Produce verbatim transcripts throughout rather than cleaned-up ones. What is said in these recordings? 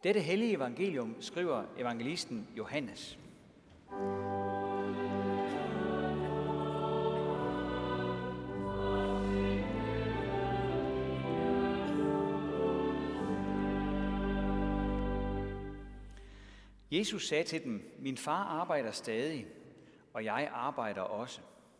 Dette hellige evangelium skriver evangelisten Johannes. Jesus sagde til dem, min far arbejder stadig, og jeg arbejder også.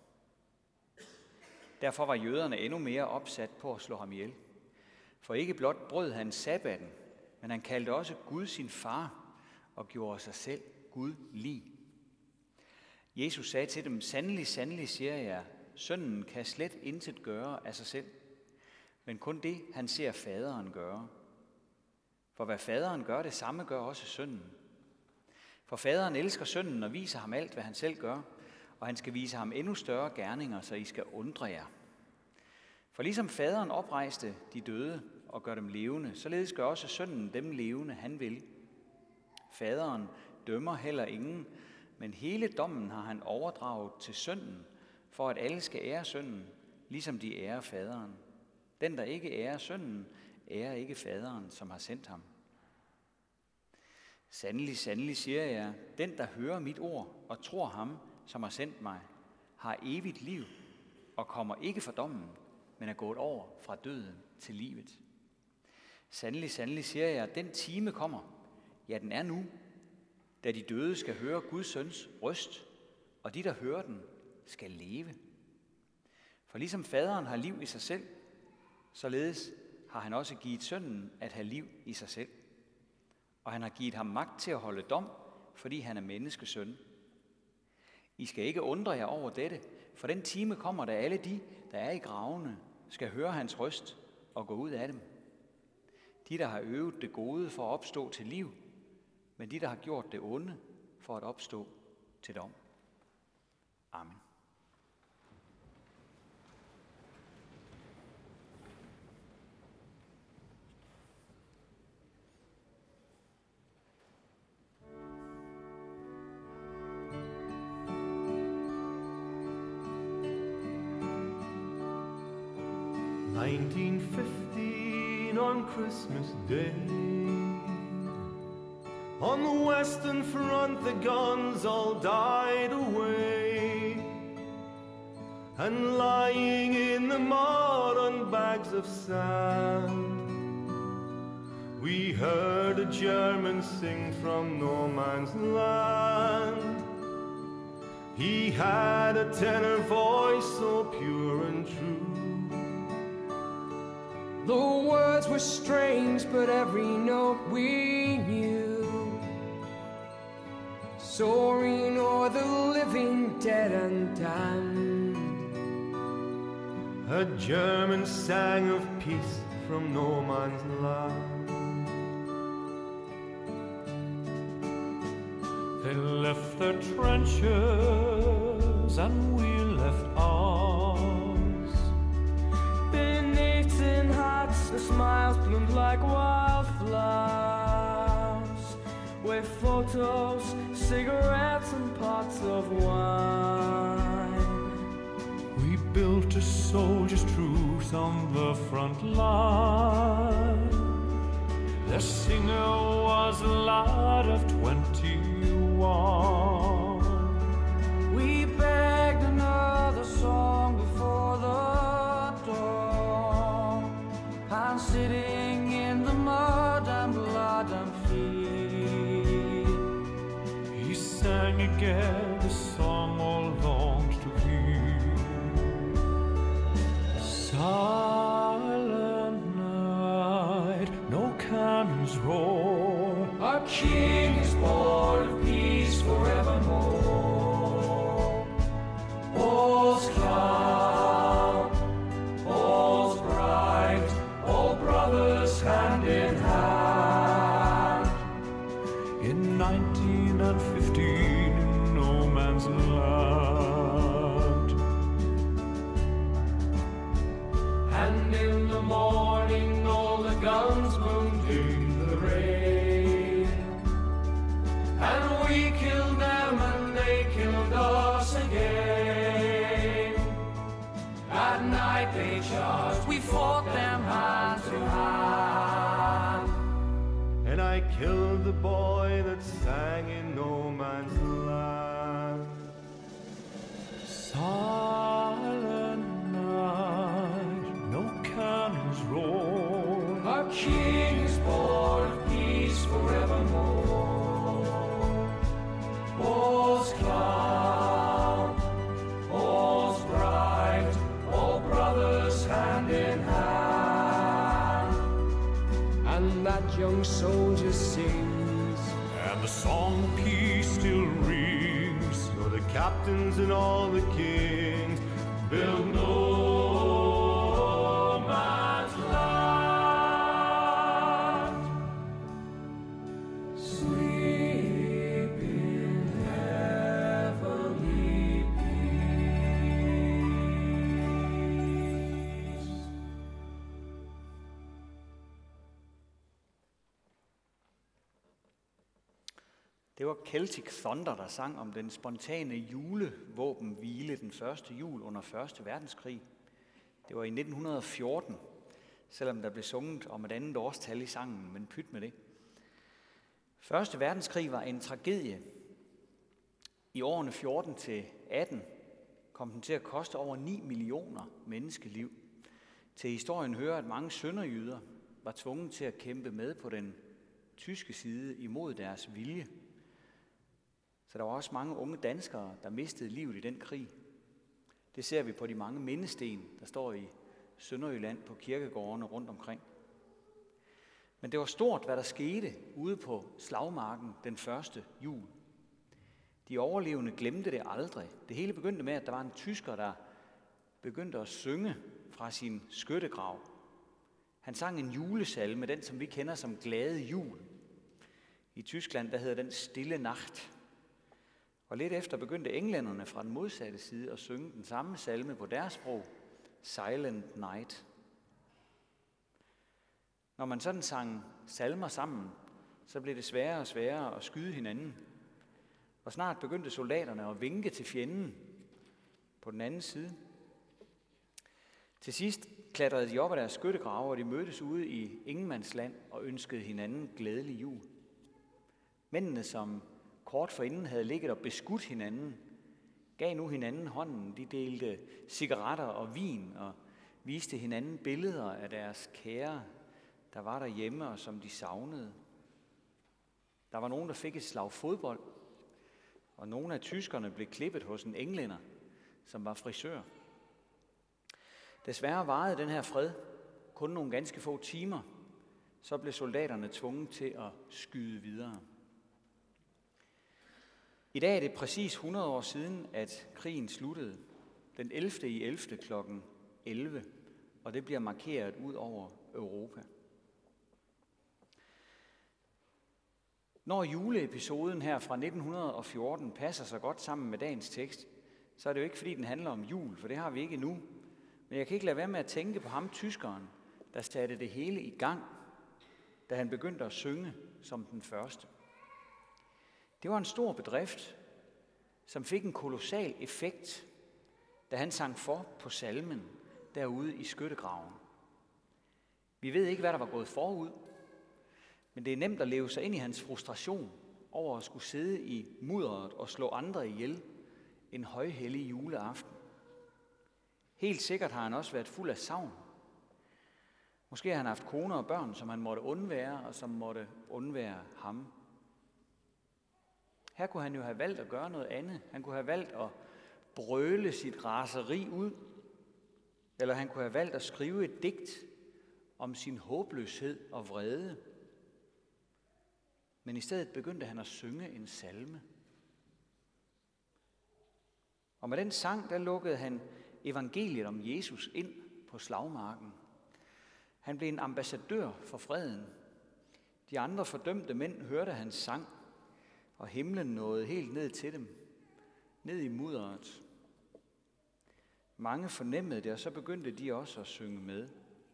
Derfor var jøderne endnu mere opsat på at slå ham ihjel. For ikke blot brød han sabbaten, men han kaldte også Gud sin far og gjorde sig selv Gud lig. Jesus sagde til dem, sandelig, sandelig siger jeg, sønnen kan slet intet gøre af sig selv, men kun det, han ser faderen gøre. For hvad faderen gør, det samme gør også sønnen. For faderen elsker sønnen og viser ham alt, hvad han selv gør, og han skal vise ham endnu større gerninger, så I skal undre jer. For ligesom faderen oprejste de døde og gør dem levende, således gør også sønnen dem levende, han vil. Faderen dømmer heller ingen, men hele dommen har han overdraget til sønnen, for at alle skal ære sønnen, ligesom de ærer faderen. Den, der ikke ærer sønnen, ærer ikke faderen, som har sendt ham. Sandelig, sandelig siger jeg, den, der hører mit ord og tror ham, som har sendt mig, har evigt liv og kommer ikke for dommen, men er gået over fra døden til livet. Sandelig, sandelig siger jeg, den time kommer, ja den er nu, da de døde skal høre Guds søns røst, og de, der hører den, skal leve. For ligesom faderen har liv i sig selv, således har han også givet sønnen at have liv i sig selv. Og han har givet ham magt til at holde dom, fordi han er menneskesøn. I skal ikke undre jer over dette, for den time kommer, da alle de, der er i gravene, skal høre hans røst og gå ud af dem. De, der har øvet det gode for at opstå til liv, men de, der har gjort det onde for at opstå til dom. Amen. nineteen fifteen on Christmas Day, on the Western Front the guns all died away, and lying in the mud on bags of sand, we heard a German sing from no man's land. He had a tenor voice so pure and true. The words were strange, but every note we knew. Soaring o'er the living, dead and damned. A German sang of peace from no man's land. They left their trenches and we left ours. Beneath tin hats, the smiles bloomed like wildflowers, with photos, cigarettes and pots of wine. We built a soldier's truce on the front line. The singer was a lad of twenty-one. We begged another song before the and sitting in the mud and blood and fear, he sang again the song all longed to hear. Silent night, no cannons roar. Our King is born of peace forevermore. All's calm, all's bright, all brothers hand in hand. In nineteen and fifteen, in no man's land. And in the morning, all the guns boomed in the rain. And we killed them and they killed us again. At night they charged, we fought them hand to hand. And I killed the boy that sang in no man's land. Silent night, no cannons roar. Our King is born of peace forevermore. All's cloud, all's bright, all brothers hand in hand. And that young soldier sings, And the song of peace still rings. So the captains and all the kings build no man's land. sleep in heavenly peace. Det var Celtic Thunder, der sang om den spontane julevåbenhvile den første jul under første verdenskrig. Det var i nitten fjorten, selvom der blev sunget om et andet årstal i sangen, men pyt med det. Første verdenskrig var en tragedie. I årene fjorten til atten kom den til at koste over ni millioner menneskeliv. Til historien hører, at mange sønderjyder var tvunget til at kæmpe med på den tyske side imod deres vilje. Så der var også mange unge danskere, der mistede livet i den krig. Det ser vi på de mange mindesten, der står i Sønderjylland på kirkegårdene rundt omkring. Men det var stort, hvad der skete ude på slagmarken den første jul. De overlevende glemte det aldrig. Det hele begyndte med, at der var en tysker, der begyndte at synge fra sin skyttegrav. Han sang en julesalme, den som vi kender som Glade Jul. I Tyskland, der hedder den Stille Nacht. Og lidt efter begyndte englænderne fra den modsatte side at synge den samme salme på deres sprog, Silent Night. Når man sådan sang salmer sammen, så blev det sværere og sværere at skyde hinanden. Og snart begyndte soldaterne at vinke til fjenden på den anden side. Til sidst klatrede de op af deres skyttegrave, og de mødtes ude i ingenmandsland og ønskede hinanden glædelig jul. Mændene, som kort forinden havde ligget og beskudt hinanden, gav nu hinanden hånden. De delte cigaretter og vin og viste hinanden billeder af deres kære, der var derhjemme og som de savnede. Der var nogen, der fik et slag fodbold, og nogle af tyskerne blev klippet hos en englænder, som var frisør. Desværre varede den her fred kun nogle ganske få timer, så blev soldaterne tvunget til at skyde videre. I dag er det præcis hundrede år siden, at krigen sluttede, den ellevte i ellevte klokken elleve, og det bliver markeret ud over Europa. Når juleepisoden her fra nitten fjorten passer så godt sammen med dagens tekst, så er det jo ikke, fordi den handler om jul, for det har vi ikke endnu. Men jeg kan ikke lade være med at tænke på ham, tyskeren, der satte det hele i gang, da han begyndte at synge som den første. Det var en stor bedrift, som fik en kolossal effekt, da han sang for på salmen derude i skyttegraven. Vi ved ikke, hvad der var gået forud, men det er nemt at leve sig ind i hans frustration over at skulle sidde i mudderet og slå andre ihjel en højhellig juleaften. Helt sikkert har han også været fuld af savn. Måske har han haft koner og børn, som han måtte undvære, og som måtte undvære ham. Her kunne han jo have valgt at gøre noget andet. Han kunne have valgt at brøle sit raseri ud, eller han kunne have valgt at skrive et digt om sin håbløshed og vrede. Men i stedet begyndte han at synge en salme. Og med den sang, der lukkede han evangeliet om Jesus ind på slagmarken. Han blev en ambassadør for freden. De andre fordømte mænd hørte hans sang, og himlen nåede helt ned til dem, ned i mudderet. Mange fornemmede det, og så begyndte de også at synge med.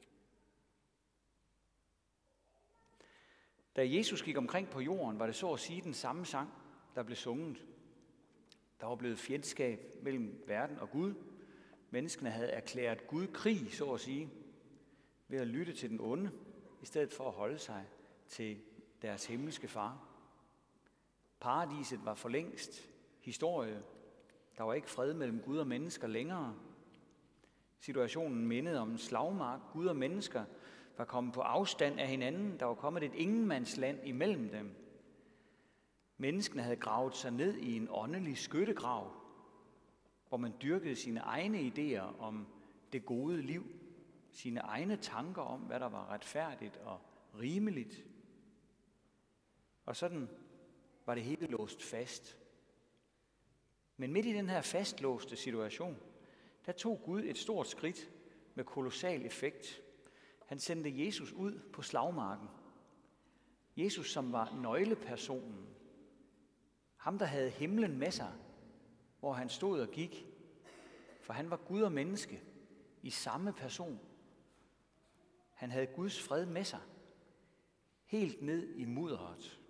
Da Jesus gik omkring på jorden, var det så at sige den samme sang, der blev sunget. Der var blevet fjendskab mellem verden og Gud. Menneskene havde erklæret Gud krig, så at sige, ved at lytte til den onde, i stedet for at holde sig til deres himmelske far. Paradiset var for længst historie. Der var ikke fred mellem Gud og mennesker længere. Situationen mindede om en slagmark. Gud og mennesker var kommet på afstand af hinanden. Der var kommet et ingenmandsland imellem dem. Menneskene havde gravet sig ned i en åndelig skyttegrav, hvor man dyrkede sine egne idéer om det gode liv, sine egne tanker om, hvad der var retfærdigt og rimeligt. Og sådan var det hele låst fast. Men midt i den her fastlåste situation, der tog Gud et stort skridt med kolossal effekt. Han sendte Jesus ud på slagmarken. Jesus, som var nøglepersonen. Ham, der havde himlen med sig, hvor han stod og gik. For han var Gud og menneske i samme person. Han havde Guds fred med sig, helt ned i mudderet.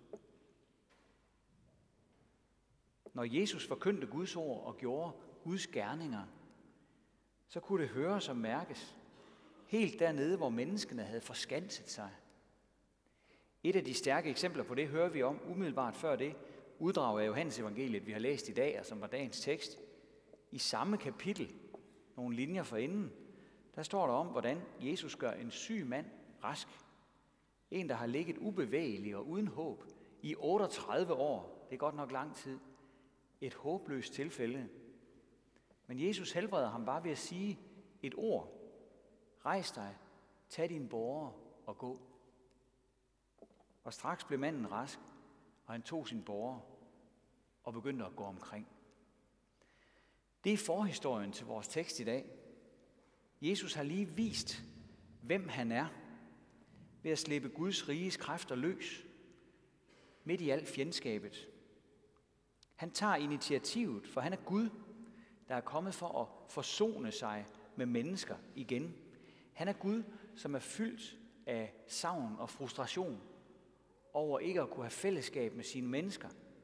Når Jesus forkyndte Guds ord og gjorde Guds gerninger, så kunne det høres og mærkes, helt dernede, hvor menneskene havde forskanset sig. Et af de stærke eksempler på det hører vi om umiddelbart før det uddrag af Johannes evangeliet, vi har læst i dag, og som var dagens tekst. I samme kapitel, nogle linjer forinden, der står der om, hvordan Jesus gør en syg mand rask. En, der har ligget ubevægelig og uden håb i otteogtredive år. Det er godt nok lang tid. Et håbløst tilfælde. Men Jesus helbreder ham bare ved at sige et ord. Rejs dig, tag din båre og gå. Og straks blev manden rask, og han tog sin båre og begyndte at gå omkring. Det er forhistorien til vores tekst i dag. Jesus har lige vist, hvem han er, ved at slippe Guds riges kræfter løs, midt i alt fjendskabet. Han tager initiativet, for han er Gud, der er kommet for at forsone sig med mennesker igen. Han er Gud, som er fyldt af savn og frustration over ikke at kunne have fællesskab med sine mennesker.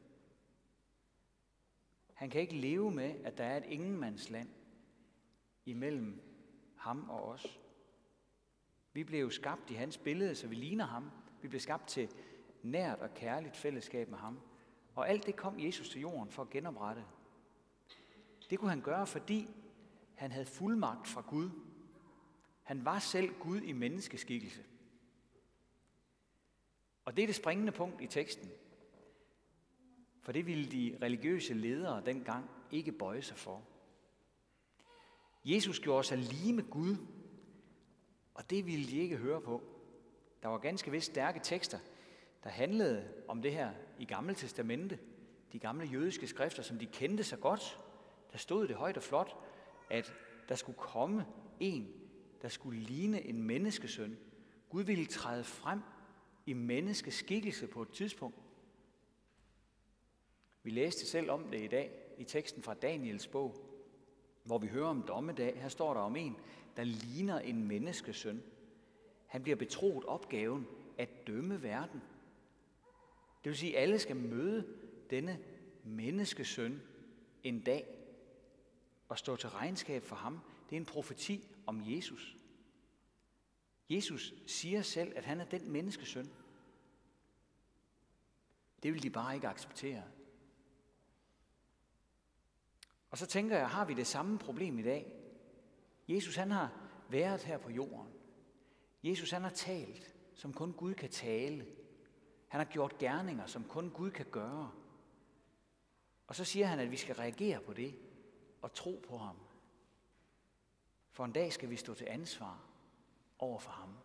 Han kan ikke leve med, at der er et ingenmandsland imellem ham og os. Vi blev jo skabt i hans billede, så vi ligner ham. Vi blev skabt til nært og kærligt fællesskab med ham. Og alt det kom Jesus til jorden for at genoprette. Det kunne han gøre, fordi han havde fuldmagt fra Gud. Han var selv Gud i menneskeskikkelse. Og det er det springende punkt i teksten. For det ville de religiøse ledere dengang ikke bøje sig for. Jesus gjorde sig lige med Gud, og det ville de ikke høre på. Der var ganske vist stærke tekster, der handlede om det her i Gamle Testamente. De gamle jødiske skrifter, som de kendte så godt. Der stod det højt og flot, at der skulle komme en, der skulle ligne en menneskesøn. Gud ville træde frem i menneskeskikkelse på et tidspunkt. Vi læste selv om det i dag i teksten fra Daniels bog, hvor vi hører om dommedag. Her står der om en, der ligner en menneskesøn. Han bliver betroet opgaven at dømme verden. Det vil sige, at alle skal møde denne menneskesøn en dag og stå til regnskab for ham. Det er en profeti om Jesus. Jesus siger selv, at han er den menneskesøn. Det vil de bare ikke acceptere. Og så tænker jeg, har vi det samme problem i dag? Jesus, han har været her på jorden. Jesus, han har talt, som kun Gud kan tale. Han har gjort gerninger, som kun Gud kan gøre. Og så siger han, at vi skal reagere på det og tro på ham. For en dag skal vi stå til ansvar over for ham.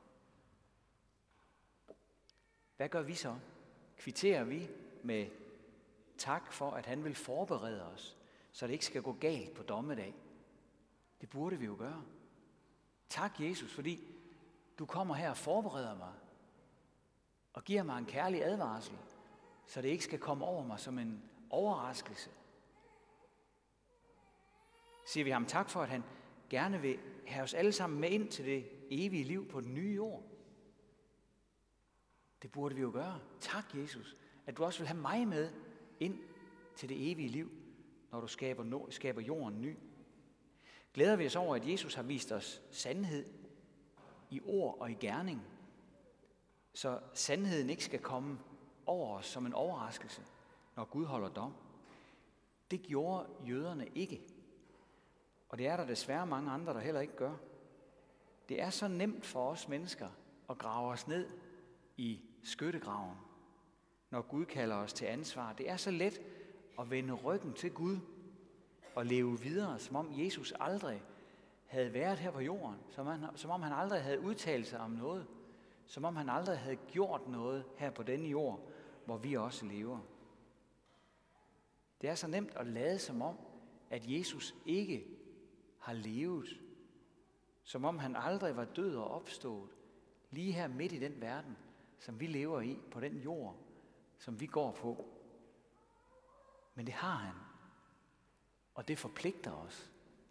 Hvad gør vi så? Kvitterer vi med tak for, at han vil forberede os, så det ikke skal gå galt på dommedag? Det burde vi jo gøre. Tak, Jesus, fordi du kommer her og forbereder mig og giver mig en kærlig advarsel, så det ikke skal komme over mig som en overraskelse. Siger vi ham tak for, at han gerne vil have os alle sammen med ind til det evige liv på den nye jord? Det burde vi jo gøre. Tak, Jesus, at du også vil have mig med ind til det evige liv, når du skaber, skaber jorden ny. Glæder vi os over, at Jesus har vist os sandhed i ord og i gerning, så sandheden ikke skal komme over os som en overraskelse, når Gud holder dom. Det gjorde jøderne ikke. Og det er der desværre mange andre, der heller ikke gør. Det er så nemt for os mennesker at grave os ned i skyttegraven, når Gud kalder os til ansvar. Det er så let at vende ryggen til Gud og leve videre, som om Jesus aldrig havde været her på jorden, som, han, som om han aldrig havde udtalt sig om noget, som om han aldrig havde gjort noget her på denne jord, hvor vi også lever. Det er så nemt at lade som om, at Jesus ikke har levet, som om han aldrig var død og opstået, lige her midt i den verden, som vi lever i, på den jord, som vi går på. Men det har han, og det forpligter os.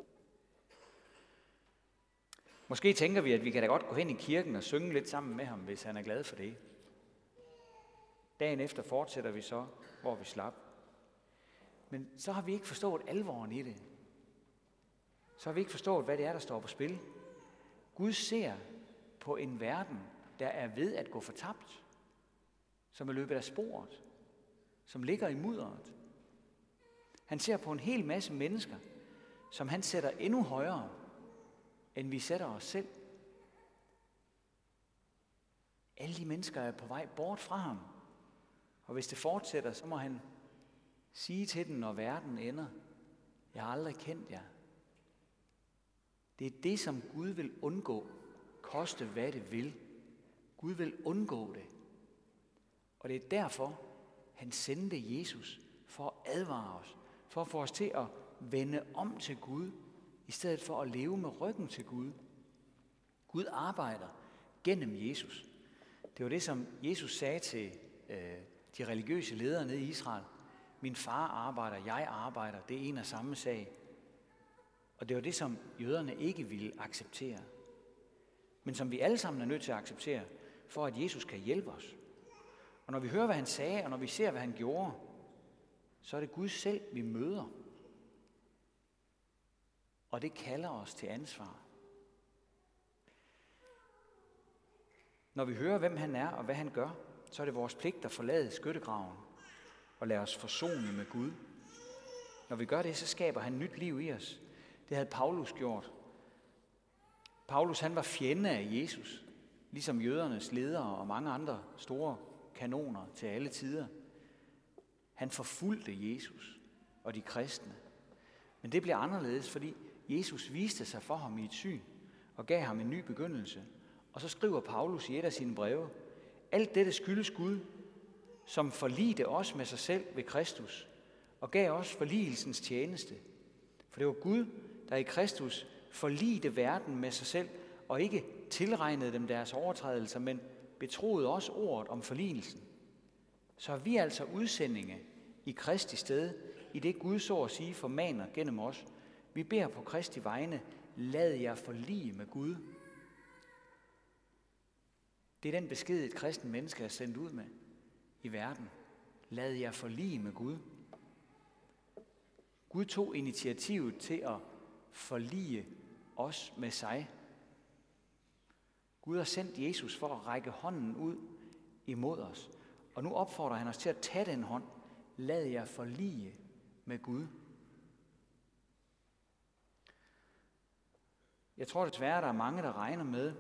Måske tænker vi, at vi kan da godt gå hen i kirken og synge lidt sammen med ham, hvis han er glad for det. Dagen efter fortsætter vi så, hvor vi slap. Men så har vi ikke forstået alvoren i det. Så har vi ikke forstået, hvad det er, der står på spil. Gud ser på en verden, der er ved at gå fortabt, som er løbet af sporet, som ligger i mudderet. Han ser på en hel masse mennesker, som han sætter endnu højere, end vi sætter os selv. Alle de mennesker er på vej bort fra ham. Og hvis det fortsætter, så må han sige til dem, når verden ender: jeg har aldrig kendt jer. Det er det, som Gud vil undgå, koste hvad det vil. Gud vil undgå det. Og det er derfor, han sendte Jesus for at advare os, for at få os til at vende om til Gud, i stedet for at leve med ryggen til Gud. Gud arbejder gennem Jesus. Det var det, som Jesus sagde til øh, de religiøse ledere nede i Israel. Min far arbejder, jeg arbejder, det er en og samme sag. Og det var det, som jøderne ikke ville acceptere. Men som vi alle sammen er nødt til at acceptere, for at Jesus kan hjælpe os. Og når vi hører, hvad han sagde, og når vi ser, hvad han gjorde, så er det Gud selv, vi møder. Og det kalder os til ansvar. Når vi hører, hvem han er og hvad han gør, så er det vores pligt at forlade skyttegraven og lade os forsone med Gud. Når vi gør det, så skaber han nyt liv i os. Det havde Paulus gjort. Paulus, han var fjende af Jesus, ligesom jødernes ledere og mange andre store kanoner til alle tider. Han forfulgte Jesus og de kristne. Men det blev anderledes, fordi Jesus viste sig for ham i et syn og gav ham en ny begyndelse. Og så skriver Paulus i et af sine breve: alt dette skyldes Gud, som forligte os med sig selv ved Kristus og gav os forligelsens tjeneste. For det var Gud, der i Kristus forligte verden med sig selv og ikke tilregnede dem deres overtrædelser, men betroede os ordet om forligelsen. Så er vi altså udsendinge i Kristi sted, i det Gud så at sige formaner gennem os. Vi beder på Kristi vegne: lad jer forlige med Gud. Det er den besked, et kristen menneske er sendt ud med i verden. Lad jer forlige med Gud. Gud tog initiativet til at forlige os med sig. Gud har sendt Jesus for at række hånden ud imod os. Og nu opfordrer han os til at tage den hånd. Lad jer forlige med Gud. Jeg tror desværre, at der er mange, der regner med,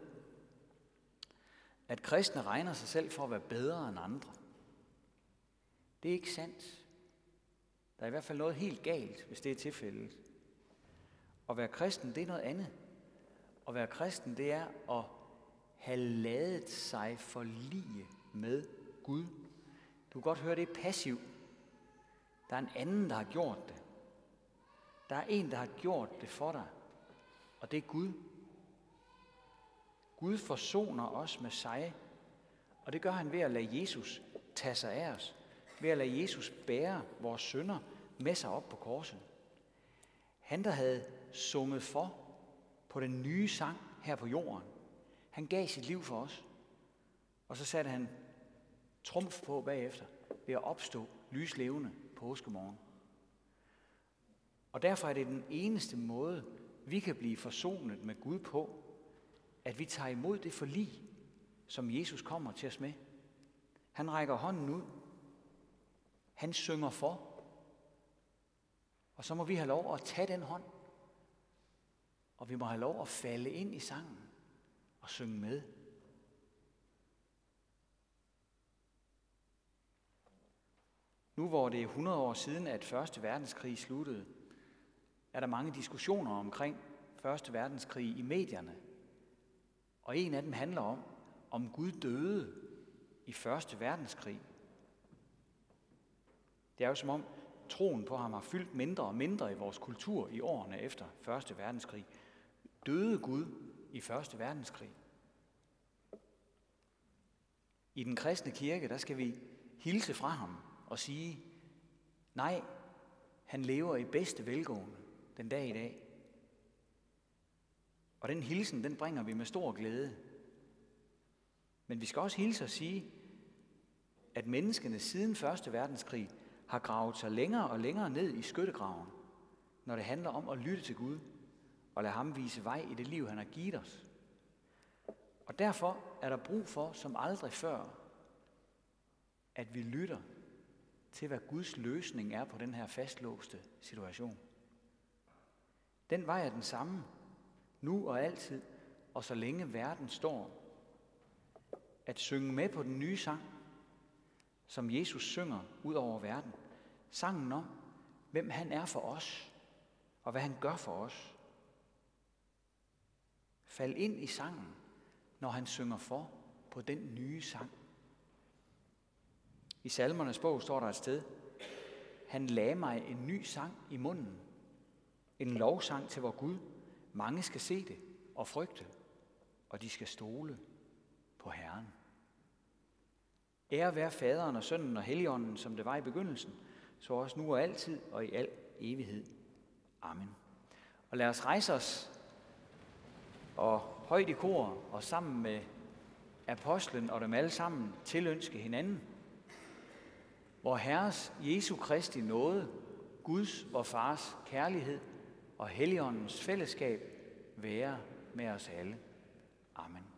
at kristne regner sig selv for at være bedre end andre. Det er ikke sandt. Der er i hvert fald noget helt galt, hvis det er tilfældet. At være kristen, det er noget andet. At være kristen, det er at have ladet sig forlige med Gud. Du kan godt høre, det er passivt. Der er en anden, der har gjort det. Der er en, der har gjort det for dig. Og det er Gud. Gud forsoner os med sig. Og det gør han ved at lade Jesus tage sig af os. Ved at lade Jesus bære vores synder med sig op på korset. Han, der havde sunget for på den nye sang her på jorden. Han gav sit liv for os. Og så satte han trumf på bagefter ved at opstå lyslevende påskemorgen. Og derfor er det den eneste måde, vi kan blive forsonet med Gud på, at vi tager imod det forlig, som Jesus kommer til os med. Han rækker hånden ud Han synger for. Og så må vi have lov at tage den hånd. Og vi må have lov at falde ind i sangen og synge med. Nu hvor det er hundrede år siden, at første verdenskrig sluttede, er der mange diskussioner omkring første verdenskrig i medierne. Og en af dem handler om, om Gud døde i første verdenskrig. Det er jo som om troen på ham har fyldt mindre og mindre i vores kultur i årene efter første verdenskrig. Døde Gud i første verdenskrig? I den kristne kirke, der skal vi hilse fra ham og sige, nej, han lever i bedste velgående den dag i dag. Og den hilsen, den bringer vi med stor glæde. Men vi skal også hilse og sige, at menneskene siden første verdenskrig har gravet sig længere og længere ned i skyttegraven, når det handler om at lytte til Gud og lade ham vise vej i det liv, han har givet os. Og derfor er der brug for, som aldrig før, at vi lytter til, hvad Guds løsning er på den her fastlåste situation. Den vej er den samme, nu og altid, og så længe verden står. At synge med på den nye sang, som Jesus synger ud over verden. Sangen om, hvem han er for os, og hvad han gør for os. Fald ind i sangen, når han synger for på den nye sang. I Salmernes bog står der et sted, han lagde mig en ny sang i munden. En lovsang til vor Gud. Mange skal se det og frygte, og de skal stole på Herren. Ære være faderen og sønnen og helligånden, som det var i begyndelsen, så også nu og altid og i al evighed. Amen. Og lad os rejse os og højt i kor og sammen med apostlen og dem alle sammen tilønske hinanden. Vor Herres Jesu Kristi nåde, Guds vor Fars kærlighed og Helligåndens fællesskab være med os alle. Amen.